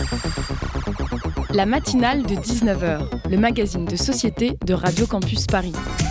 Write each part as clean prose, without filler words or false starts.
La matinale de 19h, le magazine de société de Radio Campus Paris.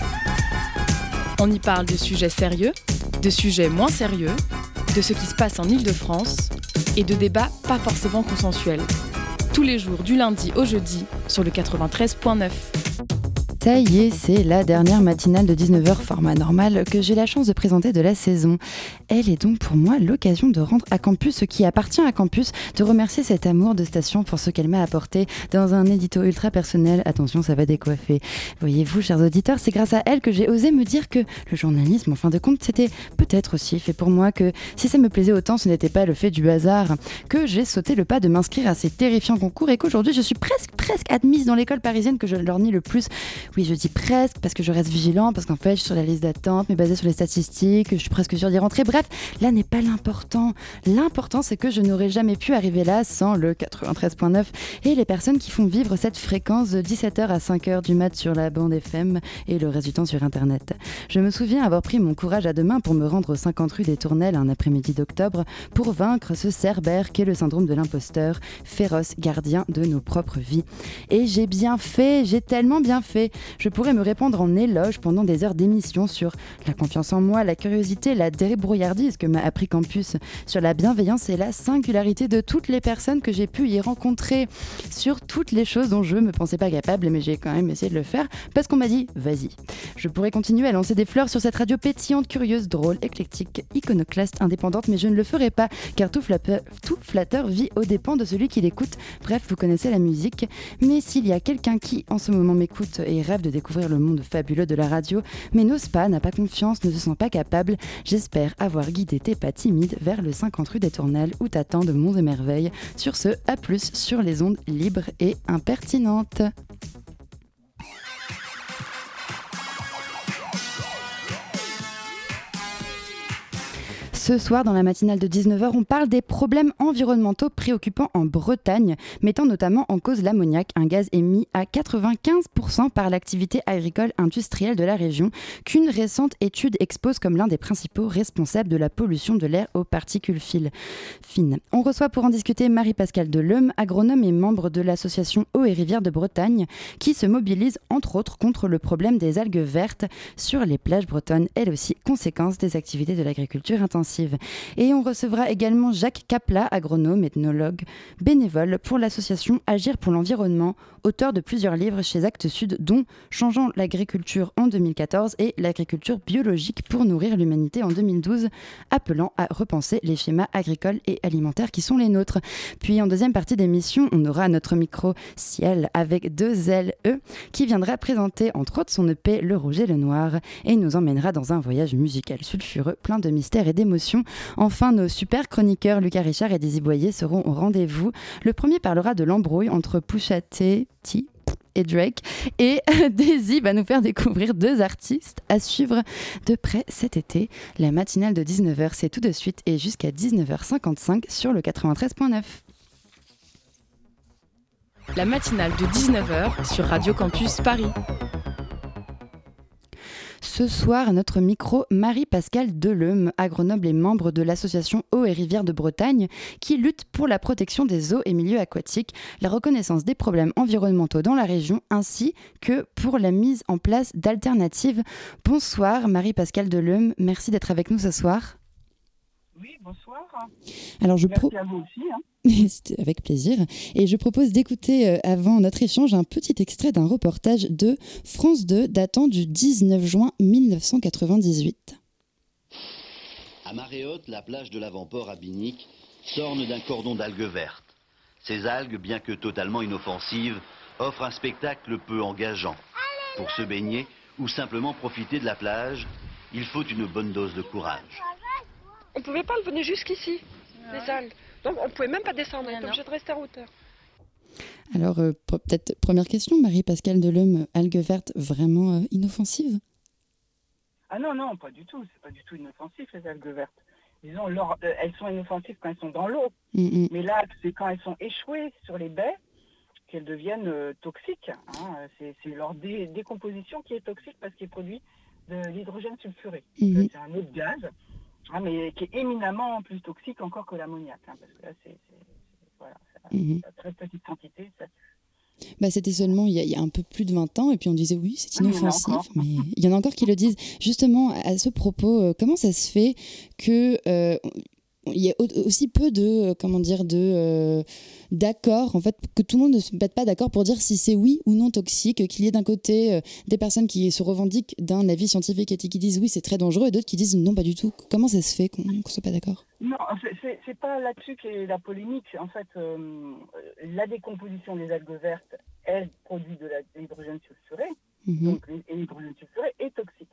On y parle de sujets sérieux, de sujets moins sérieux, de ce qui se passe en Île-de-France et de débats pas forcément consensuels. Tous les jours du lundi au jeudi sur le 93.9. Ça y est, c'est la dernière matinale de 19h format normal que j'ai la chance de présenter de la saison. Elle est donc pour moi l'occasion de rendre à Campus ce qui appartient à Campus, de remercier cet amour de station pour ce qu'elle m'a apporté dans un édito ultra personnel. Attention, ça va décoiffer. Voyez-vous, chers auditeurs, c'est grâce à elle que j'ai osé me dire que le journalisme, en fin de compte, c'était peut-être aussi fait pour moi, que si ça me plaisait autant, ce n'était pas le fait du hasard, que j'ai sauté le pas de m'inscrire à ces terrifiants concours et qu'aujourd'hui je suis presque admise dans l'école parisienne que je lorgne le plus. Oui, je dis presque parce que je reste vigilant, parce qu'en fait je suis sur la liste d'attente, mais basée sur les statistiques, je suis presque sûre d'y rentrer. Bref, là n'est pas l'important. L'important, c'est que je n'aurais jamais pu arriver là sans le 93.9 et les personnes qui font vivre cette fréquence de 17h à 5h du mat sur la bande FM et le reste du temps sur Internet. Je me souviens avoir pris mon courage à deux mains pour me rendre aux 50 rue des Tournelles un après-midi d'octobre pour vaincre ce cerbère qu'est le syndrome de l'imposteur, féroce gardien de nos propres vies. Et j'ai bien fait, j'ai tellement bien fait. Je pourrais me répandre en éloge pendant des heures d'émission sur la confiance en moi, la curiosité, la débrouillardise que m'a appris Campus, sur la bienveillance et la singularité de toutes les personnes que j'ai pu y rencontrer, sur toutes les choses dont je me pensais pas capable, mais j'ai quand même essayé de le faire parce qu'on m'a dit vas-y. Je pourrais continuer à lancer des fleurs sur cette radio pétillante, curieuse, drôle, éclectique, iconoclaste, indépendante, mais je ne le ferai pas car tout flatteur vit aux dépens de celui qui l'écoute. Bref, vous connaissez la musique, mais s'il y a quelqu'un qui en ce moment m'écoute et rêve de découvrir le monde fabuleux de la radio, mais n'ose pas, n'a pas confiance, ne se sent pas capable, j'espère avoir guidé tes pas timides vers le 50 rue des Tournelles où t'attendent monts et merveilles. Sur ce, à plus sur les ondes libres et impertinentes. Ce soir, dans la matinale de 19h, on parle des problèmes environnementaux préoccupants en Bretagne, mettant notamment en cause l'ammoniac, un gaz émis à 95% par l'activité agricole industrielle de la région, qu'une récente étude expose comme l'un des principaux responsables de la pollution de l'air aux particules fines. On reçoit pour en discuter Marie-Pascale Deleume, agronome et membre de l'association Eau et Rivières de Bretagne, qui se mobilise entre autres contre le problème des algues vertes sur les plages bretonnes, elle aussi conséquence des activités de l'agriculture intensive. Et on recevra également Jacques Capla, agronome, ethnologue, bénévole pour l'association Agir pour l'environnement, auteur de plusieurs livres chez Actes Sud, dont Changeant l'agriculture en 2014 et L'agriculture biologique pour nourrir l'humanité en 2012, appelant à repenser les schémas agricoles et alimentaires qui sont les nôtres. Puis en deuxième partie d'émission, on aura notre micro Ciel avec 2LE qui viendra présenter entre autres son EP Le Rouge et le Noir et nous emmènera dans un voyage musical sulfureux plein de mystères et d'émotions. Enfin, nos super chroniqueurs Lucas Richard et Daisy Boyer seront au rendez-vous. Le premier parlera de l'embrouille entre Pusha T et Drake. Et Daisy va nous faire découvrir deux artistes à suivre de près cet été. La matinale de 19h, c'est tout de suite et jusqu'à 19h55 sur le 93.9. La matinale de 19h sur Radio Campus Paris. Ce soir, à notre micro, Marie-Pascale Deleume, agronome et membre de l'association Eau et Rivières de Bretagne, qui lutte pour la protection des eaux et milieux aquatiques, la reconnaissance des problèmes environnementaux dans la région, ainsi que pour la mise en place d'alternatives. Bonsoir Marie-Pascale Deleume, merci d'être avec nous ce soir. Oui, bonsoir. Alors Merci à vous aussi. C'était avec plaisir. Et je propose d'écouter avant notre échange un petit extrait d'un reportage de France 2 datant du 19 juin 1998. À marée haute, la plage de l'avant-port à Binic s'orne d'un cordon d'algues vertes. Ces algues, bien que totalement inoffensives, offrent un spectacle peu engageant. Pour se baigner ou simplement profiter de la plage, il faut une bonne dose de courage. On ne pouvait pas le venir jusqu'ici, les algues. Donc on ne pouvait même pas descendre, on était obligé de rester en hauteur. Alors peut-être première question, Marie-Pascale Deleume, algues vertes vraiment inoffensives ? Ah non, pas du tout. C'est pas du tout inoffensif les algues vertes. Disons, elles sont inoffensives quand elles sont dans l'eau. Mais là, c'est quand elles sont échouées sur les baies qu'elles deviennent toxiques. C'est leur décomposition qui est toxique parce qu'il produit de l'hydrogène sulfuré. C'est un autre gaz. Mais qui est éminemment plus toxique encore que l'ammoniac, parce que là, voilà, À très petite quantité, ça suffit. C'était seulement il y a un peu plus de 20 ans, et puis on disait oui, c'est inoffensif, mais il y en a encore qui le disent. Justement, à ce propos, comment ça se fait que il y a aussi peu d'accords, en fait, que tout le monde ne se mette pas d'accord pour dire si c'est oui ou non toxique, qu'il y ait d'un côté des personnes qui se revendiquent d'un avis scientifique et qui disent oui, c'est très dangereux, et d'autres qui disent non, pas du tout. Comment ça se fait qu'on ne soit pas d'accord ? Non, c'est pas là-dessus qu'est la polémique. En fait, la décomposition des algues vertes, elle produit de l'hydrogène sulfuré, donc l'hydrogène sulfuré est toxique.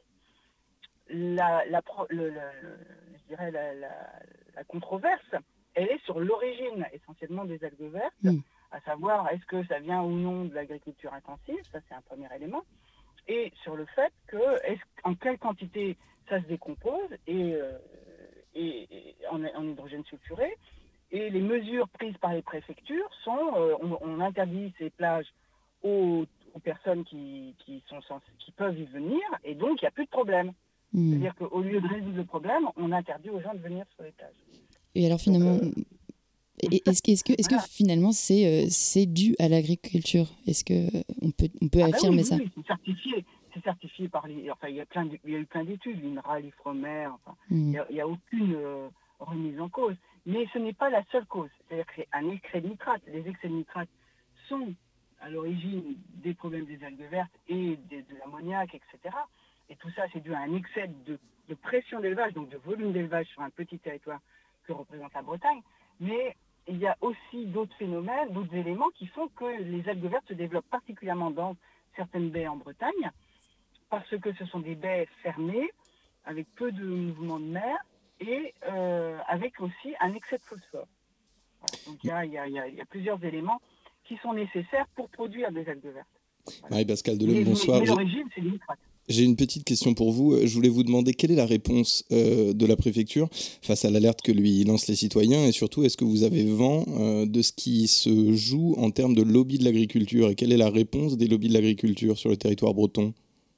Je dirais la controverse, elle est sur l'origine essentiellement des algues vertes, à savoir est-ce que ça vient ou non de l'agriculture intensive, ça c'est un premier élément, et sur le fait en quelle quantité ça se décompose et en hydrogène sulfuré, et les mesures prises par les préfectures sont, on interdit ces plages aux personnes qui peuvent y venir, et donc il n'y a plus de problème. C'est-à-dire qu'au lieu de résoudre le problème, on interdit aux gens de venir sur les plages. Et alors finalement, est-ce que finalement c'est dû à l'agriculture ? Est-ce qu'on peut affirmer ça ? Oui, c'est certifié par il y a eu plein d'études, l'INRA, l'IFREMER, il n'y a aucune remise en cause. Mais ce n'est pas la seule cause. C'est-à-dire que c'est un excès de nitrate. Les excès de nitrate sont à l'origine des problèmes des algues vertes et de l'ammoniac, etc. Et tout ça, c'est dû à un excès de pression d'élevage, donc de volume d'élevage sur un petit territoire que représente la Bretagne. Mais il y a aussi d'autres phénomènes, d'autres éléments qui font que les algues vertes se développent particulièrement dans certaines baies en Bretagne, parce que ce sont des baies fermées, avec peu de mouvements de mer, et avec aussi un excès de phosphore. Voilà. Donc il y a plusieurs éléments qui sont nécessaires pour produire des algues vertes. Voilà. Marie-Pascale Delhomme, bonsoir. Mais l'origine, c'est les nitrates. J'ai une petite question pour vous. Je voulais vous demander quelle est la réponse de la préfecture face à l'alerte que lui lancent les citoyens, et surtout, est-ce que vous avez vent de ce qui se joue en termes de lobby de l'agriculture, et quelle est la réponse des lobbies de l'agriculture sur le territoire breton ?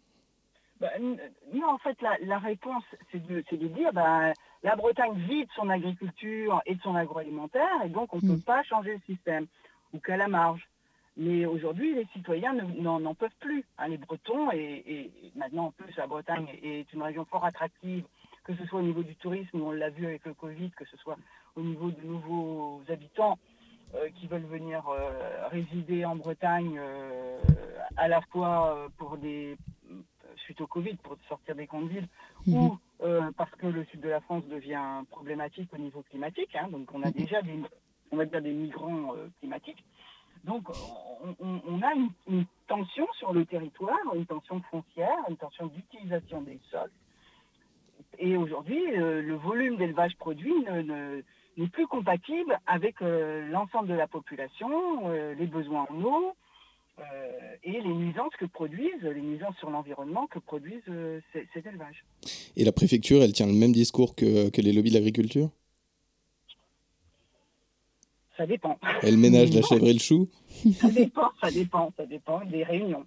Non, en fait, la réponse, c'est de dire la Bretagne vit de son agriculture et de son agroalimentaire, et donc on ne peut pas changer le système, ou qu'à la marge. Mais aujourd'hui, les citoyens n'en peuvent plus. Les Bretons, et maintenant en plus la Bretagne est une région fort attractive, que ce soit au niveau du tourisme, où on l'a vu avec le Covid, que ce soit au niveau de nouveaux habitants qui veulent venir résider en Bretagne, à la fois suite au Covid, pour sortir des grandes villes, ou parce que le sud de la France devient problématique au niveau climatique. Donc on a déjà des migrants climatiques. Donc, on a une tension sur le territoire, une tension foncière, une tension d'utilisation des sols. Et aujourd'hui, le volume d'élevage produit n'est plus compatible avec l'ensemble de la population, les besoins en eau et les nuisances sur l'environnement que produisent cet élevage. Et la préfecture, elle tient le même discours que les lobbies de l'agriculture ? Ça dépend. Elle ménage la chèvre et le chou ? Ça dépend des réunions.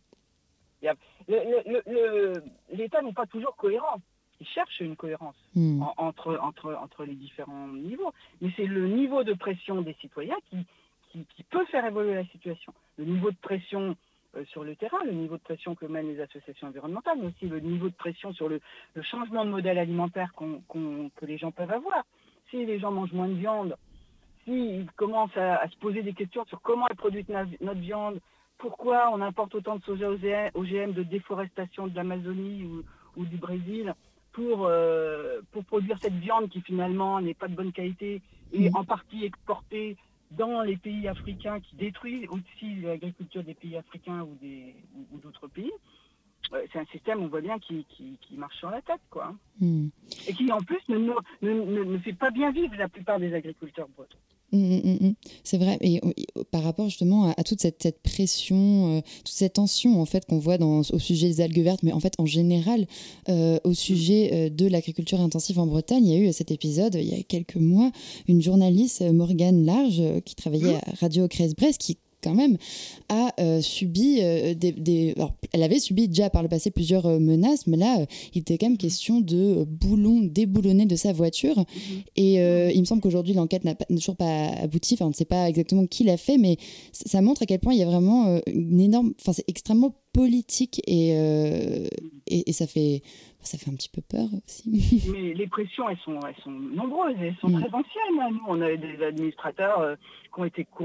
L'État n'est pas toujours cohérent. Il cherche une cohérence entre les différents niveaux. Mais c'est le niveau de pression des citoyens qui peut faire évoluer la situation. Le niveau de pression sur le terrain, le niveau de pression que mènent les associations environnementales, mais aussi le niveau de pression sur le changement de modèle alimentaire que les gens peuvent avoir. Si les gens mangent moins de viande, s'ils commencent à se poser des questions sur comment est produite notre viande, pourquoi on importe autant de soja OGM de déforestation de l'Amazonie ou du Brésil pour produire cette viande qui finalement n'est pas de bonne qualité et en partie exportée dans les pays africains, qui détruisent aussi l'agriculture des pays africains ou d'autres pays. C'est un système, on voit bien, qui marche sur la tête, quoi. Et qui, en plus, ne fait pas bien vivre la plupart des agriculteurs bretons. C'est vrai, et par rapport justement à toute cette pression, toute cette tension en fait qu'on voit au sujet des algues vertes, mais en fait en général au sujet de l'agriculture intensive en Bretagne, il y a eu cet épisode il y a quelques mois, une journaliste, Morgane Large, qui travaillait à Radio Crèze-Brest, qui quand même, a subi alors, elle avait subi déjà par le passé plusieurs menaces, mais là, il était quand même question de déboulonner de sa voiture. Et il me semble qu'aujourd'hui, l'enquête n'a toujours pas abouti. Enfin, on ne sait pas exactement qui l'a fait, mais ça montre à quel point il y a vraiment une énorme... Enfin, c'est extrêmement politique et ça fait un petit peu peur aussi. Mais les pressions, elles sont nombreuses, elles sont très anciennes. Nous, on a des administrateurs qui ont été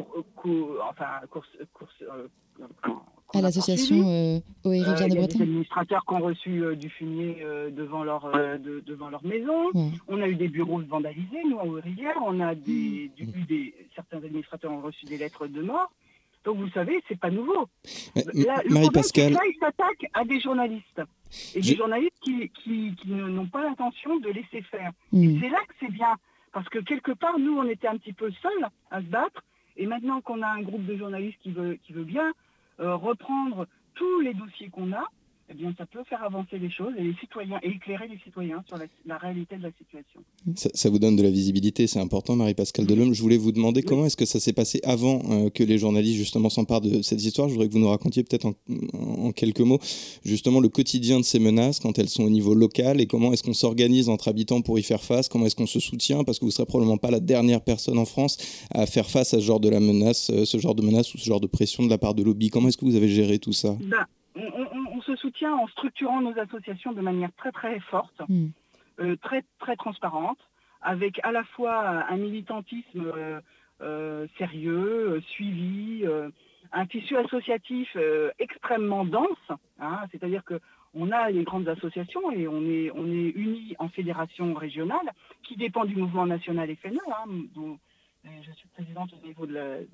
à l'association aux Rivières de Bretagne. Il y a des administrateurs qui ont reçu du fumier devant leur maison. Ouais. On a eu des bureaux vandalisés, nous, aux Rivières. On a certains administrateurs ont reçu des lettres de mort. Donc, vous savez, c'est pas nouveau. Marie-Pascale, là, ils s'attaquent à des journalistes. Et des journalistes qui n'ont pas l'intention de laisser faire. Et c'est là que c'est bien. Parce que quelque part, nous, on était un petit peu seuls à se battre. Et maintenant qu'on a un groupe de journalistes qui veut bien reprendre tous les dossiers qu'on a, eh bien, ça peut faire avancer les choses et éclairer les citoyens sur la réalité de la situation. Ça vous donne de la visibilité, c'est important, Marie-Pascale Delhomme. Je voulais vous demander comment est-ce que ça s'est passé avant que les journalistes justement s'emparent de cette histoire. Je voudrais que vous nous racontiez peut-être en quelques mots justement le quotidien de ces menaces quand elles sont au niveau local et comment est-ce qu'on s'organise entre habitants pour y faire face, comment est-ce qu'on se soutient, parce que vous ne serez probablement pas la dernière personne en France à faire face à ce genre de menace ou ce genre de pression de la part de lobby. Comment est-ce que vous avez géré tout ça ? On se soutient en structurant nos associations de manière très très forte, très très transparente, avec à la fois un militantisme sérieux, suivi, un tissu associatif extrêmement dense, hein, c'est-à-dire que on a les grandes associations et on est unis en fédération régionale qui dépend du mouvement national FNE, dont je suis présidente au niveau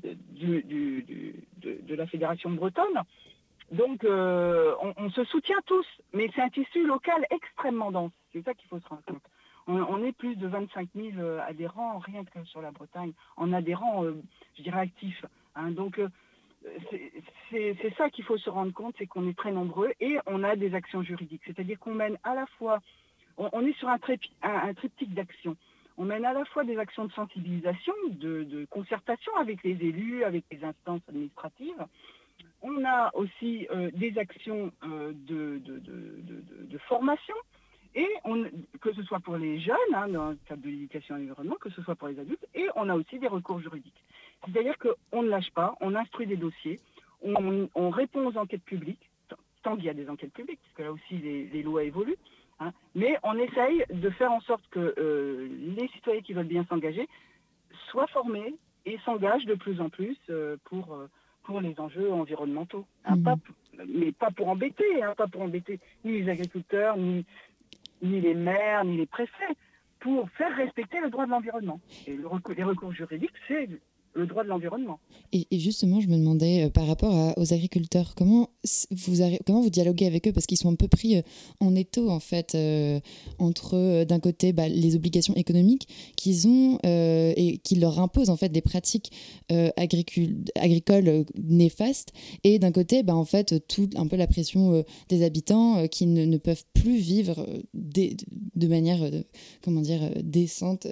de la fédération bretonne. Donc, on se soutient tous, mais c'est un tissu local extrêmement dense. C'est ça qu'il faut se rendre compte. On est plus de 25 000 adhérents, rien que sur la Bretagne, en adhérents, je dirais, actifs. Hein. Donc, c'est ça qu'il faut se rendre compte, c'est qu'on est très nombreux et on a des actions juridiques. C'est-à-dire qu'on mène à la fois, on est sur un triptyque d'actions. On mène à la fois des actions de sensibilisation, de concertation avec les élus, avec les instances administratives. On a aussi des actions de formation, et que ce soit pour les jeunes, dans le cadre de l'éducation et de l'environnement, que ce soit pour les adultes, et on a aussi des recours juridiques. C'est-à-dire qu'on ne lâche pas, on instruit des dossiers, on répond aux enquêtes publiques, tant qu'il y a des enquêtes publiques, parce que là aussi les lois évoluent, hein, mais on essaye de faire en sorte que les citoyens qui veulent bien s'engager soient formés et s'engagent de plus en plus pour les enjeux environnementaux. Hein, mais pas pour embêter ni les agriculteurs, ni les maires, ni les préfets, pour faire respecter le droit de l'environnement. Et les recours juridiques, c'est le droit de l'environnement. Et justement, je me demandais, par rapport aux agriculteurs, comment vous dialoguez avec eux, parce qu'ils sont un peu pris en étau, en fait, entre, d'un côté, les obligations économiques qu'ils ont et qui leur imposent, en fait, des pratiques agricoles néfastes, et d'un côté, en fait, tout un peu la pression des habitants qui ne peuvent plus vivre de manière, décente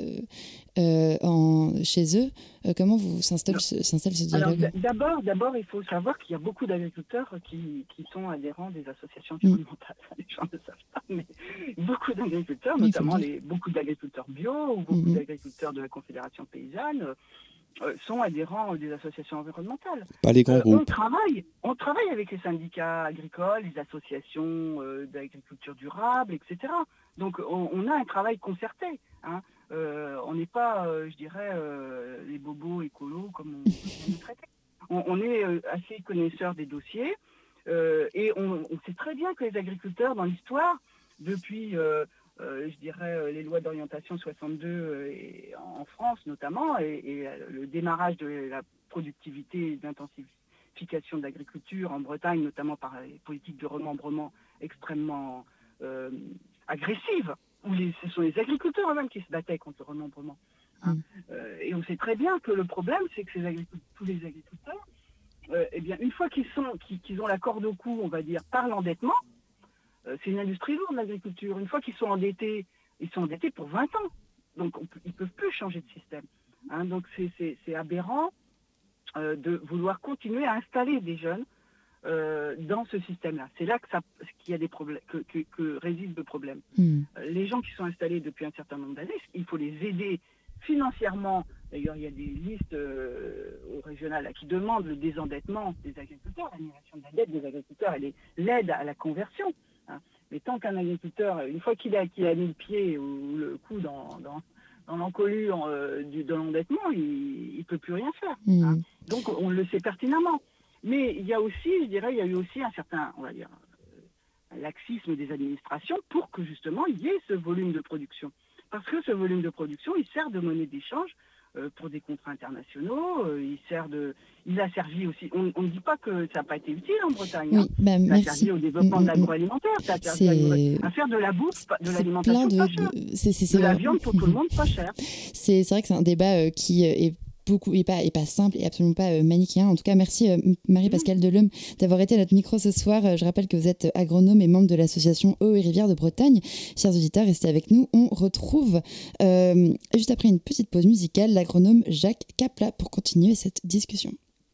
chez eux. Comment s'installe ce dialogue ? Alors, d'abord, il faut savoir qu'il y a beaucoup d'agriculteurs qui sont adhérents des associations environnementales. Les gens ne savent pas, mais beaucoup d'agriculteurs, notamment beaucoup d'agriculteurs bio ou beaucoup d'agriculteurs de la Confédération paysanne, sont adhérents des associations environnementales. Pas les grands groupes. On travaille avec les syndicats agricoles, les associations d'agriculture durable, etc. Donc, on a un travail concerté, hein. On n'est pas, les bobos écolos comme on est traité. On est assez connaisseurs des dossiers et on sait très bien que les agriculteurs, dans l'histoire, depuis, les lois d'orientation 62 en France notamment, et le démarrage de la productivité et d'intensification de l'agriculture en Bretagne, notamment par les politiques de remembrement extrêmement agressives, où ce sont les agriculteurs eux-mêmes qui se battaient contre le remembrement. Hein. Et on sait très bien que le problème, c'est que tous les agriculteurs, une fois qu'ils ont la corde au cou, on va dire, par l'endettement, c'est une industrie lourde, l'agriculture. Une fois qu'ils sont endettés, ils sont endettés pour 20 ans. Donc, ils ne peuvent plus changer de système. Hein. Donc, c'est aberrant. de vouloir continuer à installer des jeunes dans ce système-là. C'est là qu'il y a des problèmes, que réside le problème. Les gens qui sont installés depuis un certain nombre d'années, il faut les aider financièrement. D'ailleurs, il y a des listes au régional qui demandent le désendettement des agriculteurs, l'annulation de la dette des agriculteurs et l'aide à la conversion. Hein. Mais tant qu'un agriculteur, une fois qu'il a mis le pied ou le cou dans l'encolure de l'endettement, il ne peut plus rien faire. Hein. Donc, on le sait pertinemment. Mais il y a aussi, je dirais, il y a eu aussi un certain, on va dire, laxisme des administrations pour que justement il y ait ce volume de production. Parce que ce volume de production, il sert de monnaie d'échange pour des contrats internationaux. Il a servi aussi. On ne dit pas que ça n'a pas été utile en Bretagne. Oui, ça a servi au développement de l'agroalimentaire. Ça a servi à faire de la bouffe, de l'alimentation pas chère. De la viande pour tout le monde pas cher. C'est vrai que c'est un débat qui est pas simple et absolument pas manichéen. En tout cas, merci Marie-Pascale Delhomme d'avoir été à notre micro ce soir. Je rappelle que vous êtes agronome et membre de l'association Eau et Rivières de Bretagne. Chers auditeurs, restez avec nous. On retrouve juste après une petite pause musicale l'agronome Jacques Capla pour continuer cette discussion.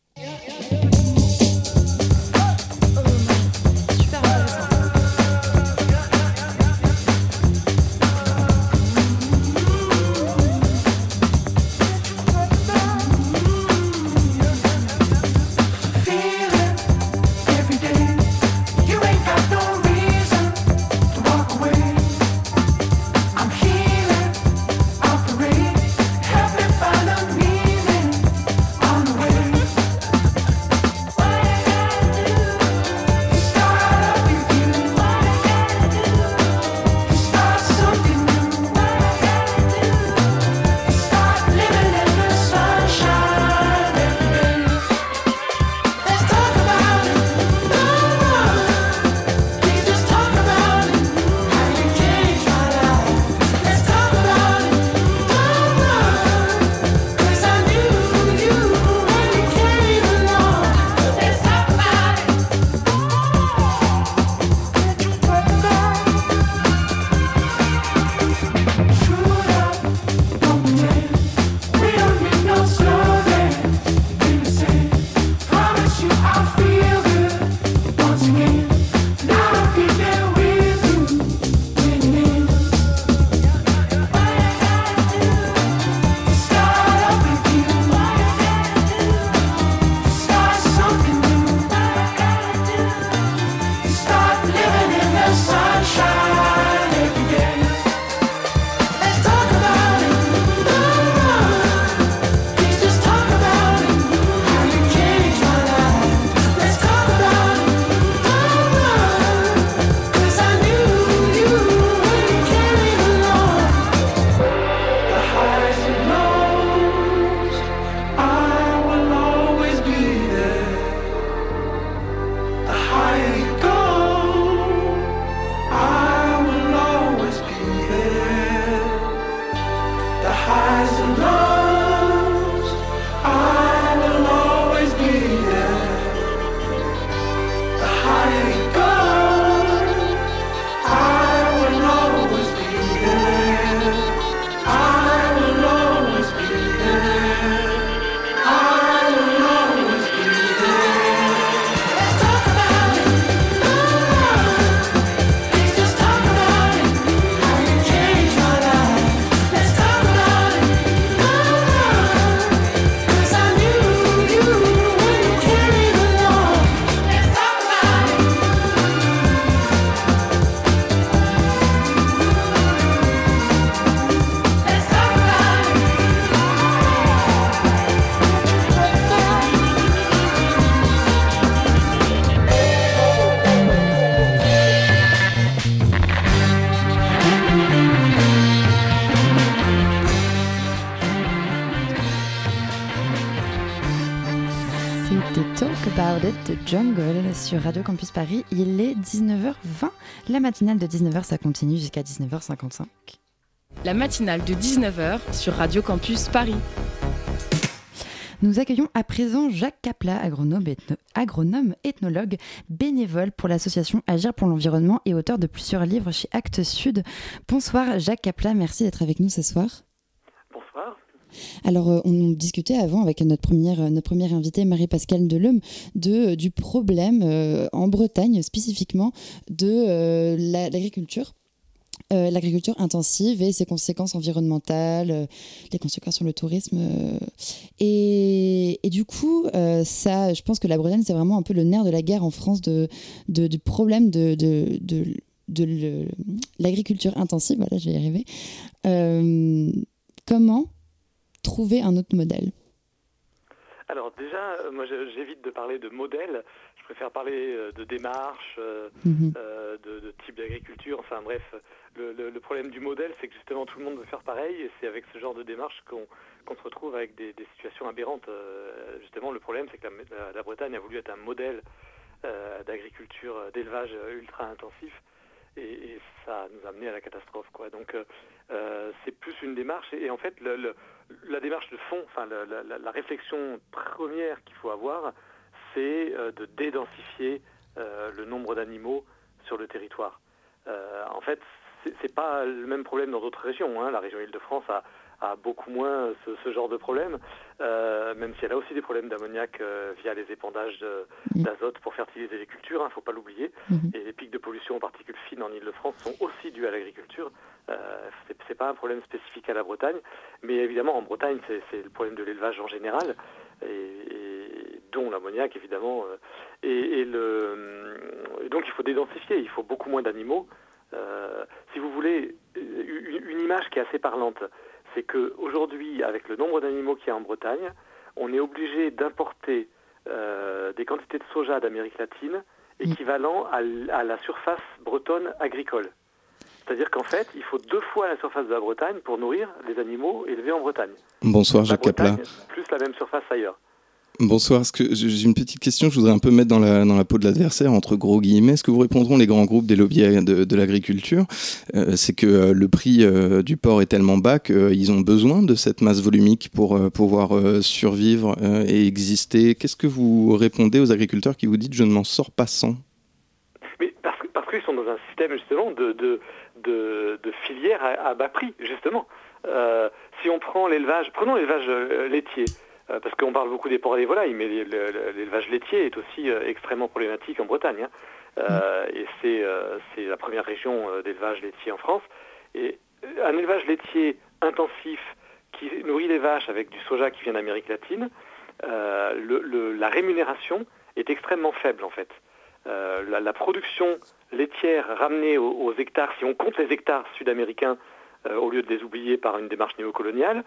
The Jungle sur Radio Campus Paris. Il est 19h20. La matinale de 19h, ça continue jusqu'à 19h55. La matinale de 19h sur Radio Campus Paris. Nous accueillons à présent Jacques Capla, agronome ethnologue, bénévole pour l'association Agir pour l'environnement et auteur de plusieurs livres chez Actes Sud. Bonsoir Jacques Capla, merci d'être avec nous ce soir. Bonsoir. Alors, on discutait avant avec notre première invitée, Marie-Pascale Delhomme, du problème en Bretagne spécifiquement de l'agriculture. L'agriculture intensive et ses conséquences environnementales, les conséquences sur le tourisme. Et du coup, ça, je pense que la Bretagne, c'est vraiment un peu le nerf de la guerre en France du problème de l'agriculture intensive. Voilà, je vais y arriver. Comment trouver un autre modèle ? Alors déjà, moi j'évite de parler de modèle, je préfère parler de démarche, de type d'agriculture, enfin bref, le problème du modèle c'est que justement tout le monde veut faire pareil et c'est avec ce genre de démarche qu'on se retrouve avec des situations aberrantes. Justement le problème c'est que la Bretagne a voulu être un modèle d'agriculture, d'élevage ultra intensif et ça nous a amené à la catastrophe, quoi. Donc c'est plus une démarche et en fait la démarche de fond, enfin la réflexion première qu'il faut avoir, c'est de dédensifier le nombre d'animaux sur le territoire. En fait, c'est pas le même problème dans d'autres régions, hein. La région Île-de-France a beaucoup moins ce genre de problème, même si elle a aussi des problèmes d'ammoniac via les épandages d'azote pour fertiliser les cultures, hein, faut pas l'oublier. Et les pics de pollution en particules fines en Île-de-France sont aussi dus à l'agriculture. C'est pas un problème spécifique à la Bretagne, mais évidemment en Bretagne c'est le problème de l'élevage en général, et dont l'ammoniac évidemment. Et donc il faut dédensifier, il faut beaucoup moins d'animaux. Si vous voulez, une image qui est assez parlante, c'est qu'aujourd'hui, avec le nombre d'animaux qu'il y a en Bretagne, on est obligé d'importer des quantités de soja d'Amérique latine équivalent à la surface bretonne agricole. C'est-à-dire qu'en fait, il faut 2 fois la surface de la Bretagne pour nourrir les animaux élevés en Bretagne. Bonsoir Jacques Capla. Plus la même surface ailleurs. Bonsoir, j'ai une petite question, je voudrais un peu mettre dans la peau de l'adversaire, entre gros guillemets. Ce que vous répondront les grands groupes des lobbies de l'agriculture, c'est que le prix du porc est tellement bas qu'ils ont besoin de cette masse volumique pour pouvoir survivre et exister. Qu'est-ce que vous répondez aux agriculteurs qui vous disent « je ne m'en sors pas sans » ? Mais parce qu'ils sont dans un système justement de filière à bas prix, justement. Si on prend prenons l'élevage laitier. Parce qu'on parle beaucoup des porcs et des volailles, mais l'élevage laitier est aussi extrêmement problématique en Bretagne. Et c'est la première région d'élevage laitier en France. Et un élevage laitier intensif qui nourrit les vaches avec du soja qui vient d'Amérique latine, la rémunération est extrêmement faible en fait. La production laitière ramenée aux hectares, si on compte les hectares sud-américains, au lieu de les oublier par une démarche néocoloniale,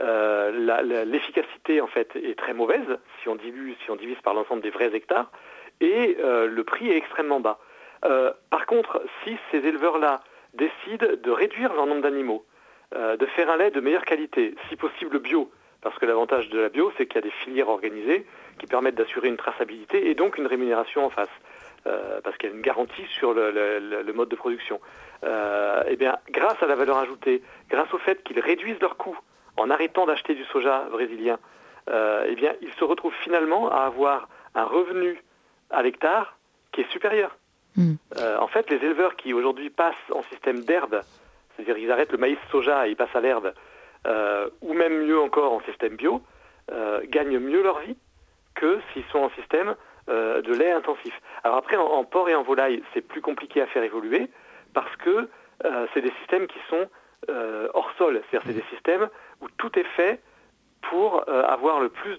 l'efficacité en fait est très mauvaise si on divise par l'ensemble des vrais hectares, et le prix est extrêmement bas. Par contre, si ces éleveurs-là décident de réduire leur nombre d'animaux, de faire un lait de meilleure qualité, si possible bio, parce que l'avantage de la bio, c'est qu'il y a des filières organisées qui permettent d'assurer une traçabilité et donc une rémunération en face. Parce qu'il y a une garantie sur le mode de production. Eh bien, grâce à la valeur ajoutée, grâce au fait qu'ils réduisent leurs coûts en arrêtant d'acheter du soja brésilien, eh bien, ils se retrouvent finalement à avoir un revenu à l'hectare qui est supérieur. En fait, les éleveurs qui aujourd'hui passent en système d'herbe, c'est-à-dire qu'ils arrêtent le maïs soja et ils passent à l'herbe, ou même mieux encore en système bio, gagnent mieux leur vie que s'ils sont en système de lait intensif. Alors après, en porc et en volaille, c'est plus compliqué à faire évoluer parce que c'est des systèmes qui sont hors sol. C'est-à-dire c'est des systèmes où tout est fait pour avoir le plus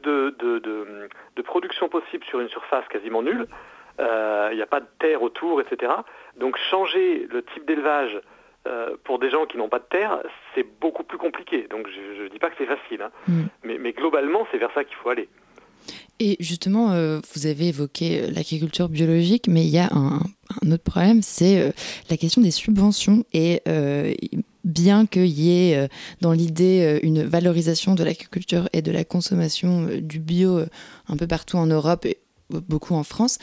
de production possible sur une surface quasiment nulle. Il n'y a pas de terre autour, etc. Donc changer le type d'élevage pour des gens qui n'ont pas de terre, c'est beaucoup plus compliqué. Donc je ne dis pas que c'est facile, hein. Mais globalement, c'est vers ça qu'il faut aller. Et justement, vous avez évoqué l'agriculture biologique, mais il y a un autre problème, c'est la question des subventions. Et bien qu'il y ait dans l'idée une valorisation de l'agriculture et de la consommation du bio un peu partout en Europe, et beaucoup en France,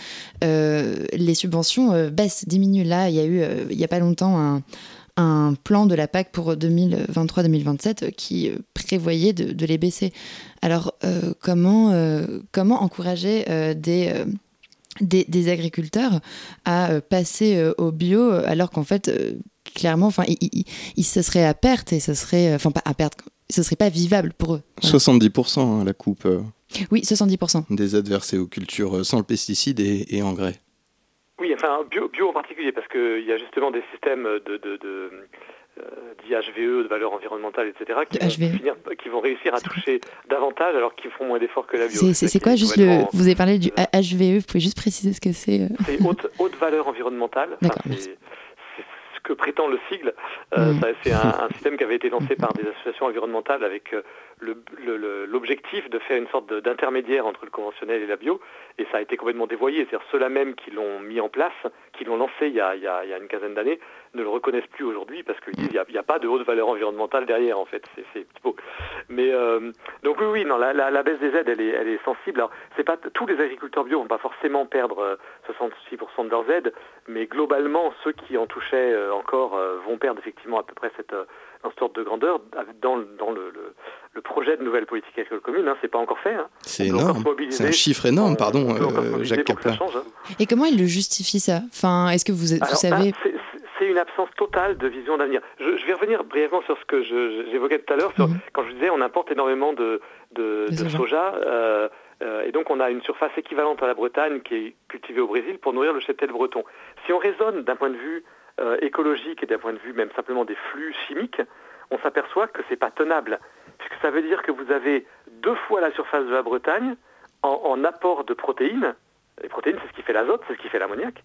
les subventions baissent, diminuent. Là, il y a eu, il n'y a pas longtemps, un plan de la PAC pour 2023-2027 qui prévoyait de les baisser. Alors, comment encourager des agriculteurs à passer au bio alors qu'en fait, clairement, ce serait à perte et ce serait, pas à perte, ce serait pas vivable pour eux. Voilà. 70% la coupe. Oui, 70%. Des aides versées aux cultures sans le pesticide et engrais. Oui, enfin bio en particulier, parce qu'il y a justement des systèmes d'IHVE, de valeur environnementale, etc., qui vont réussir à toucher davantage alors qu'ils font moins d'efforts que la bio. C'est quoi juste vous avez parlé du HVE, vous pouvez juste préciser ce que c'est C'est haute valeur environnementale. D'accord, c'est ce que prétend le sigle. C'est un système qui avait été lancé par des associations environnementales avec l'objectif de faire une sorte d'intermédiaire entre le conventionnel et la bio, et ça a été complètement dévoyé. C'est-à-dire ceux-là même qui l'ont mis en place, qui l'ont lancé il y a une quinzaine d'années, ne le reconnaissent plus aujourd'hui parce qu'ils disent qu'il n'y a pas de haute valeur environnementale derrière, en fait. C'est beau. Mais donc oui, non, la baisse des aides, elle est sensible. Alors, c'est pas tous les agriculteurs bio vont pas forcément perdre 66% de leurs aides, mais globalement, ceux qui en touchaient encore vont perdre effectivement à peu près cette sorte de grandeur dans le projet de nouvelle politique agricole commune. C'est pas encore fait. C'est énorme. C'est un chiffre énorme, pardon, Jacques Kaplan. Et comment il le justifie ça ? Enfin, est-ce que vous savez c'est une absence totale de vision d'avenir. Je vais revenir brièvement sur ce que j'évoquais tout à l'heure, quand je disais on importe énormément de soja, et donc on a une surface équivalente à la Bretagne qui est cultivée au Brésil pour nourrir le cheptel breton. Si on raisonne d'un point de vue écologique et d'un point de vue même simplement des flux chimiques, on s'aperçoit que c'est pas tenable, puisque ça veut dire que vous avez 2 fois la surface de la Bretagne en apport de protéines. Les protéines, c'est ce qui fait l'azote, c'est ce qui fait l'ammoniac.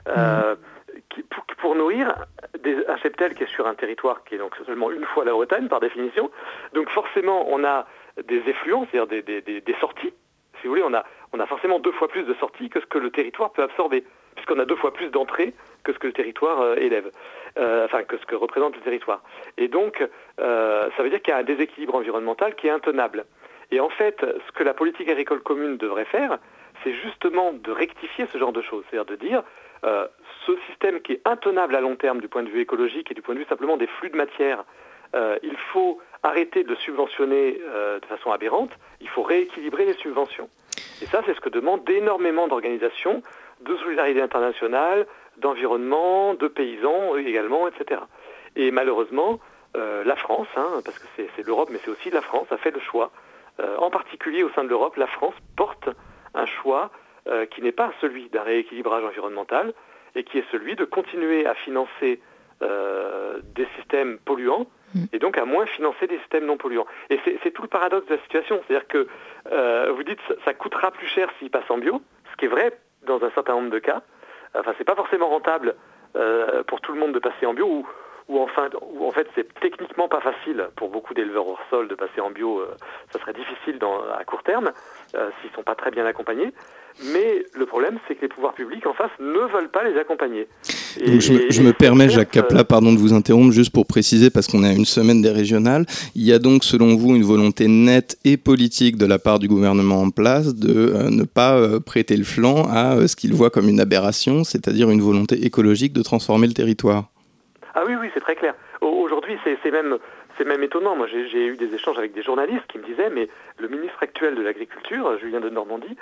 Pour nourrir un cheptel qui est sur un territoire qui est donc seulement une fois la Bretagne par définition. Donc forcément on a des effluents, c'est-à-dire des sorties. Si vous voulez, on a forcément 2 fois plus de sorties que ce que le territoire peut absorber, puisqu'on a 2 fois plus d'entrées que ce que le territoire élève, que ce que représente le territoire. Et donc ça veut dire qu'il y a un déséquilibre environnemental qui est intenable. Et en fait, ce que la politique agricole commune devrait faire, c'est justement de rectifier ce genre de choses, c'est-à-dire de dire ce système qui est intenable à long terme du point de vue écologique et du point de vue simplement des flux de matière, il faut arrêter de subventionner de façon aberrante, il faut rééquilibrer les subventions. Et ça, c'est ce que demandent énormément d'organisations de solidarité internationale, d'environnement, de paysans également, etc. Et malheureusement, la France, parce que c'est l'Europe, mais c'est aussi la France, a fait le choix, en particulier au sein de l'Europe, la France porte un choix qui n'est pas celui d'un rééquilibrage environnemental et qui est celui de continuer à financer des systèmes polluants et donc à moins financer des systèmes non polluants. Et c'est tout le paradoxe de la situation. C'est-à-dire que vous dites ça coûtera plus cher s'il passe en bio, ce qui est vrai dans un certain nombre de cas. C'est pas forcément rentable pour tout le monde de passer en bio ou en fait c'est techniquement pas facile pour beaucoup d'éleveurs hors sol de passer en bio, ça serait difficile à court terme s'ils sont pas très bien accompagnés, mais le problème c'est que les pouvoirs publics en face ne veulent pas les accompagner. Donc je me permets, Jacques Kaplan, pardon de vous interrompre, juste pour préciser, parce qu'on est à une semaine des régionales, il y a donc selon vous une volonté nette et politique de la part du gouvernement en place de ne pas prêter le flanc à ce qu'il voit comme une aberration, c'est-à-dire une volonté écologique de transformer le territoire. Ah oui, c'est très clair. Aujourd'hui, c'est même étonnant. Moi, j'ai eu des échanges avec des journalistes qui me disaient, mais le ministre actuel de l'Agriculture, Julien Denormandie,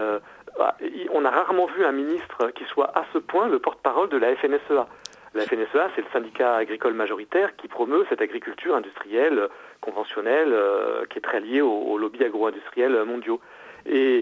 on a rarement vu un ministre qui soit à ce point le porte-parole de la FNSEA. La FNSEA, c'est le syndicat agricole majoritaire qui promeut cette agriculture industrielle, conventionnelle, qui est très liée aux lobbies agro-industriels mondiaux. Et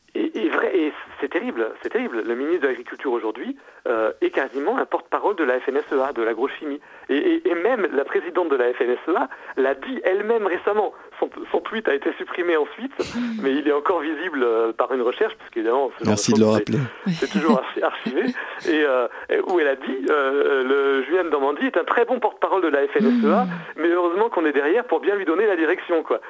c'est terrible. Le ministre de l'Agriculture aujourd'hui est quasiment un porte-parole de la FNSEA, de l'agrochimie. Et même la présidente de la FNSEA l'a dit elle-même récemment. Son tweet a été supprimé ensuite, mais il est encore visible par une recherche, puisqu'évidemment... Merci de le rappeler. C'est toujours archivé. Et où elle a dit le Julien Denormandie est un très bon porte-parole de la FNSEA, mais heureusement qu'on est derrière pour bien lui donner la direction, quoi.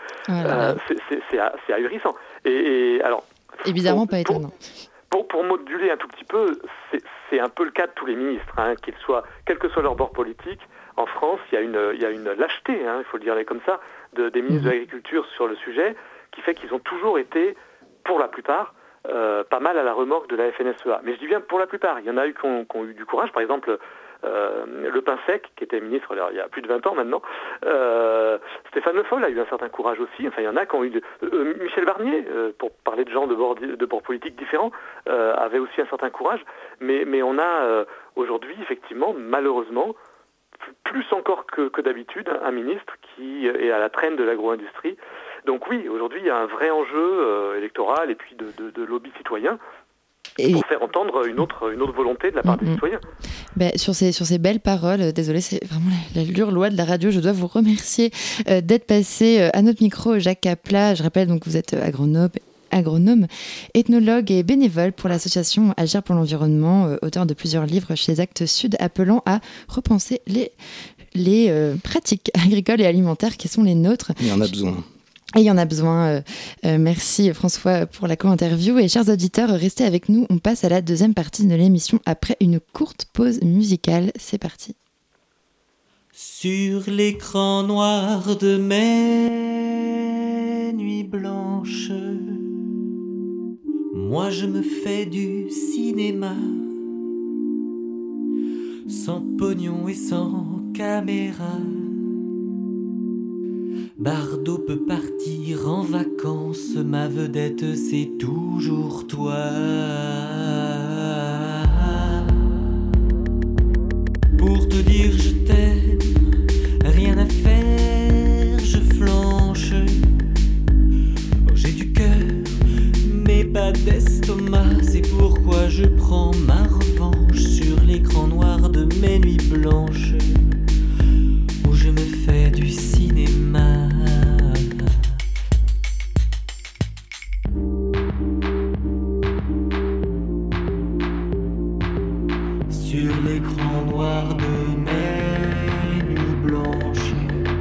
C'est ahurissant. Et alors... Et bizarrement pas étonnant. Pour moduler un tout petit peu, c'est un peu le cas de tous les ministres, qu'ils soient, quel que soit leur bord politique. En France, il y a une lâcheté, il faut le dire comme ça, des ministres de l'Agriculture sur le sujet, qui fait qu'ils ont toujours été, pour la plupart, pas mal à la remorque de la FNSEA. Mais je dis bien pour la plupart. Il y en a eu qui ont eu du courage. Par exemple, Le Pinsec, qui était ministre il y a plus de 20 ans maintenant, Stéphane Le Foll a eu un certain courage aussi. Enfin, il y en a qui ont eu... Michel Barnier, pour parler de gens de bords politiques différents, avait aussi un certain courage. Mais on a aujourd'hui, effectivement, malheureusement, plus encore que d'habitude, un ministre qui est à la traîne de l'agro-industrie. Donc oui, aujourd'hui, il y a un vrai enjeu électoral et puis de lobby citoyen pour faire entendre une autre volonté de la part des citoyens. Sur ces belles paroles, désolé, c'est vraiment la loi de la radio, je dois vous remercier d'être passé à notre micro, Jacques Kapla. Je rappelle donc que vous êtes agronome, ethnologue et bénévole pour l'association Agir pour l'environnement, auteur de plusieurs livres chez les Actes Sud, appelant à repenser les pratiques agricoles et alimentaires qui sont les nôtres. Il y en a besoin. Et il y en a besoin. Merci François pour la co-interview. Et chers auditeurs, restez avec nous. On passe à la deuxième partie de l'émission après une courte pause musicale. C'est parti. Sur l'écran noir de mes nuits blanches, moi je me fais du cinéma, sans pognon et sans caméra. Bardot peut partir en vacances, ma vedette c'est toujours toi. Pour te dire je t'aime, rien à faire, je flanche. Oh, j'ai du cœur, mais pas d'estomac, c'est pourquoi je prends ma revanche sur l'écran noir de mes nuits blanches, où je me fais du cinéma. Sur l'écran noir de mes nuits blanches,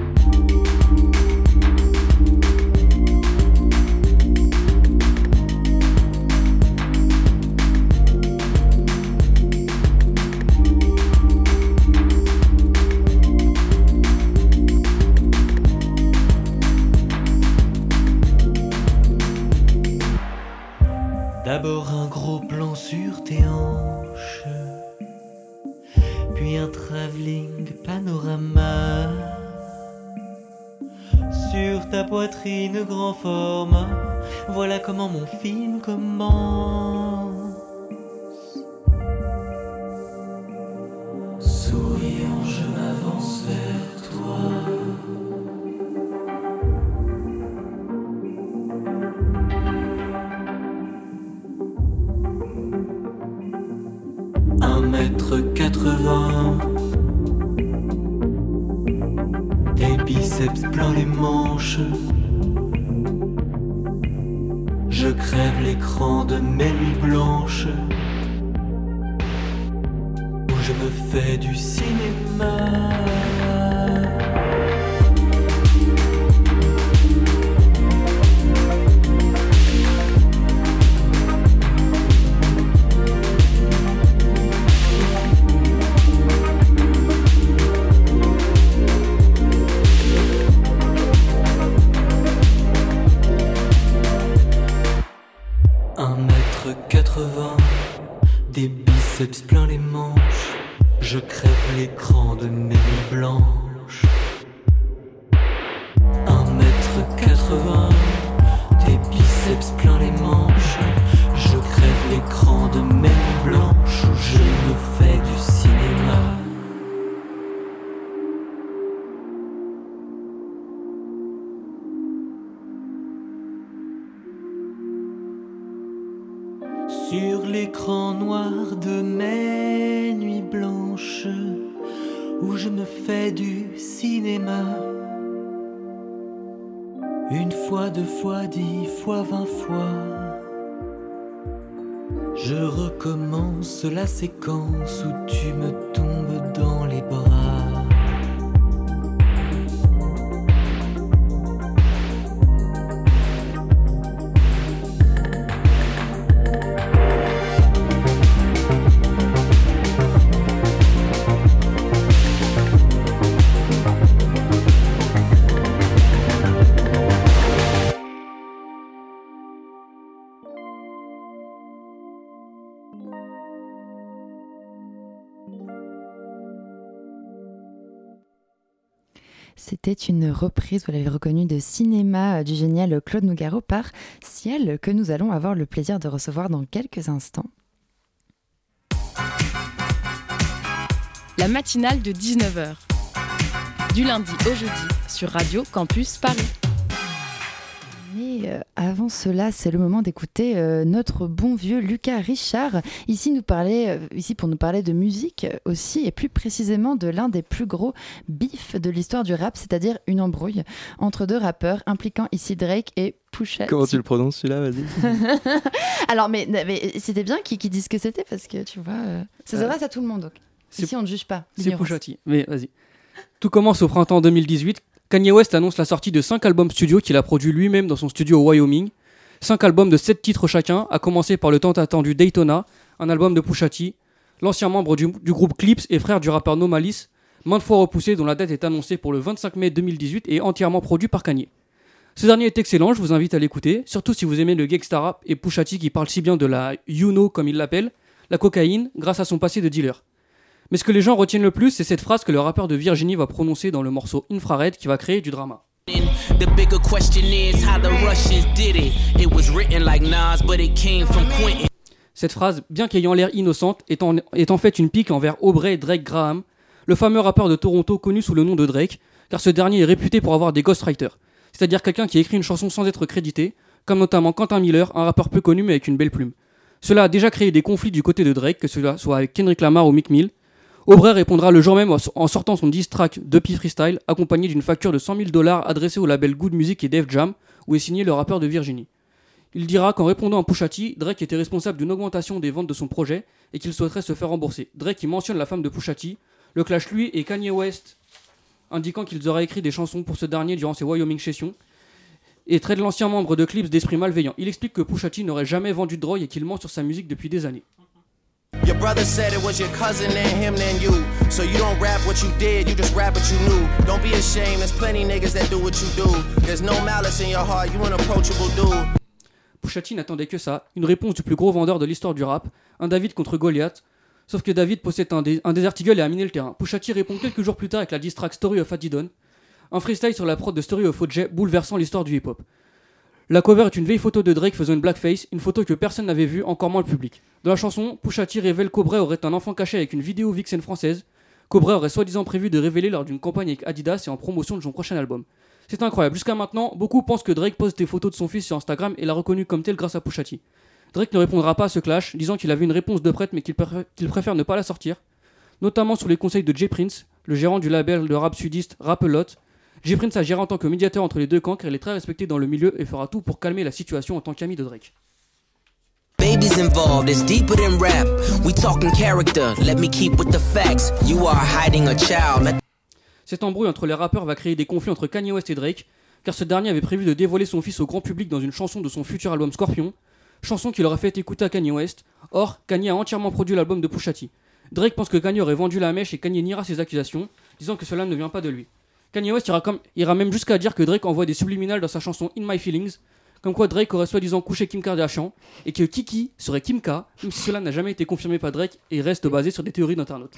d'abord un gros plan sur tes hanches, puis un travelling panorama sur ta poitrine grand format. Voilà comment mon film commence. Souriant, je m'avance vers toi. M80, des biceps plein les manches. Je crève l'écran de mes nuits blanches, où je me fais du cinéma. Des biceps plein les manches, je crève l'écran de mes nuits blanches. 1m80, des biceps plein les manches, je crève l'écran de mes nuits blanches, où je me fais du cinéma. Sur l'écran noir de mes nuits blanches, où je me fais du cinéma. Une fois, 2 fois, 10 fois, 20 fois, je recommence la séquence où tu me tombes dans les bras. C'était une reprise, vous l'avez reconnu, de cinéma du génial Claude Nougaro par Ciel, que nous allons avoir le plaisir de recevoir dans quelques instants. La matinale de 19h, du lundi au jeudi sur Radio Campus Paris. Mais avant cela, c'est le moment d'écouter notre bon vieux Lucas Richard, ici pour nous parler de musique aussi, et plus précisément de l'un des plus gros bifs de l'histoire du rap, c'est-à-dire une embrouille entre deux rappeurs impliquant ici Drake et Pusha T. Comment tu le prononces celui-là, vas-y. Alors, mais c'était bien qu'ils disent ce que c'était, parce que tu vois, ça s'adresse à tout le monde. Donc. Ici, on ne juge pas. C'est Pusha T, mais vas-y. Tout commence au printemps 2018. Kanye West annonce la sortie de 5 albums studio qu'il a produits lui-même dans son studio au Wyoming. 5 albums de 7 titres chacun, à commencer par le tant attendu Daytona, un album de Pusha T, l'ancien membre du groupe Clips et frère du rappeur No Malice, maintes fois repoussé, dont la date est annoncée pour le 25 mai 2018 et entièrement produit par Kanye. Ce dernier est excellent, je vous invite à l'écouter, surtout si vous aimez le gangsta rap et Pusha T qui parle si bien de la you know comme il l'appelle, la cocaïne, grâce à son passé de dealer. Mais ce que les gens retiennent le plus, c'est cette phrase que le rappeur de Virginie va prononcer dans le morceau Infrared qui va créer du drama. Cette phrase, bien qu'ayant l'air innocente, est en fait une pique envers Aubrey Drake Graham, le fameux rappeur de Toronto connu sous le nom de Drake, car ce dernier est réputé pour avoir des ghostwriters, c'est-à-dire quelqu'un qui écrit une chanson sans être crédité, comme notamment Quentin Miller, un rappeur peu connu mais avec une belle plume. Cela a déjà créé des conflits du côté de Drake, que cela soit avec Kendrick Lamar ou Meek Mill. Aubrey répondra le jour même en sortant son diss track Duppy Freestyle, accompagné d'une facture de $100,000 adressée au label Good Music et Def Jam, où est signé le rappeur de Virginie. Il dira qu'en répondant à Pusha T, Drake était responsable d'une augmentation des ventes de son projet et qu'il souhaiterait se faire rembourser. Drake y mentionne la femme de Pusha T, le clash lui et Kanye West, indiquant qu'ils auraient écrit des chansons pour ce dernier durant ses Wyoming sessions, et traite l'ancien membre de Clips d'esprit malveillant. Il explique que Pusha T n'aurait jamais vendu de drogue et qu'il ment sur sa musique depuis des années. Your brother said it was your cousin and him than you. So you don't rap what you did, you just rap what you knew. Don't be ashamed, there's plenty niggas that do what you do. There's no malice in your heart, you an approachable dude. Pusha T n'attendait que ça, une réponse du plus gros vendeur de l'histoire du rap, un David contre Goliath. Sauf que David possède un Desert Eagle et a miné le terrain. Pusha T répond quelques jours plus tard avec la diss track Story of Adidon, un freestyle sur la prod de Story of OJ bouleversant l'histoire du hip-hop. La cover est une vieille photo de Drake faisant une blackface, une photo que personne n'avait vue, encore moins le public. Dans la chanson, Pusha T révèle qu'Aubrey aurait un enfant caché avec une vidéo vixen française, qu'Aubrey aurait soi-disant prévu de révéler lors d'une campagne avec Adidas et en promotion de son prochain album. C'est incroyable, jusqu'à maintenant, beaucoup pensent que Drake poste des photos de son fils sur Instagram et l'a reconnu comme tel grâce à Pusha T. Drake ne répondra pas à ce clash, disant qu'il avait une réponse de prête mais qu'il préfère ne pas la sortir, notamment sous les conseils de Jay Prince, le gérant du label de rap sudiste Rap A Lot. Jay Prince agira en tant que médiateur entre les deux camps car il est très respecté dans le milieu et fera tout pour calmer la situation en tant qu'ami de Drake. Babies involved, it's deeper than rap. We talking character, let me keep with the facts. You are hiding a child. Cette embrouille entre les rappeurs va créer des conflits entre Kanye West et Drake, car ce dernier avait prévu de dévoiler son fils au grand public dans une chanson de son futur album Scorpion, chanson qu'il aurait fait écouter à Kanye West. Or, Kanye a entièrement produit l'album de Pusha T. Drake pense que Kanye aurait vendu la mèche et Kanye niera ses accusations, disant que cela ne vient pas de lui. Kanye West ira même jusqu'à dire que Drake envoie des subliminales dans sa chanson In My Feelings, comme quoi Drake aurait soi-disant couché Kim Kardashian, et que Kiki serait Kim K, même si cela n'a jamais été confirmé par Drake et reste basé sur des théories d'internautes.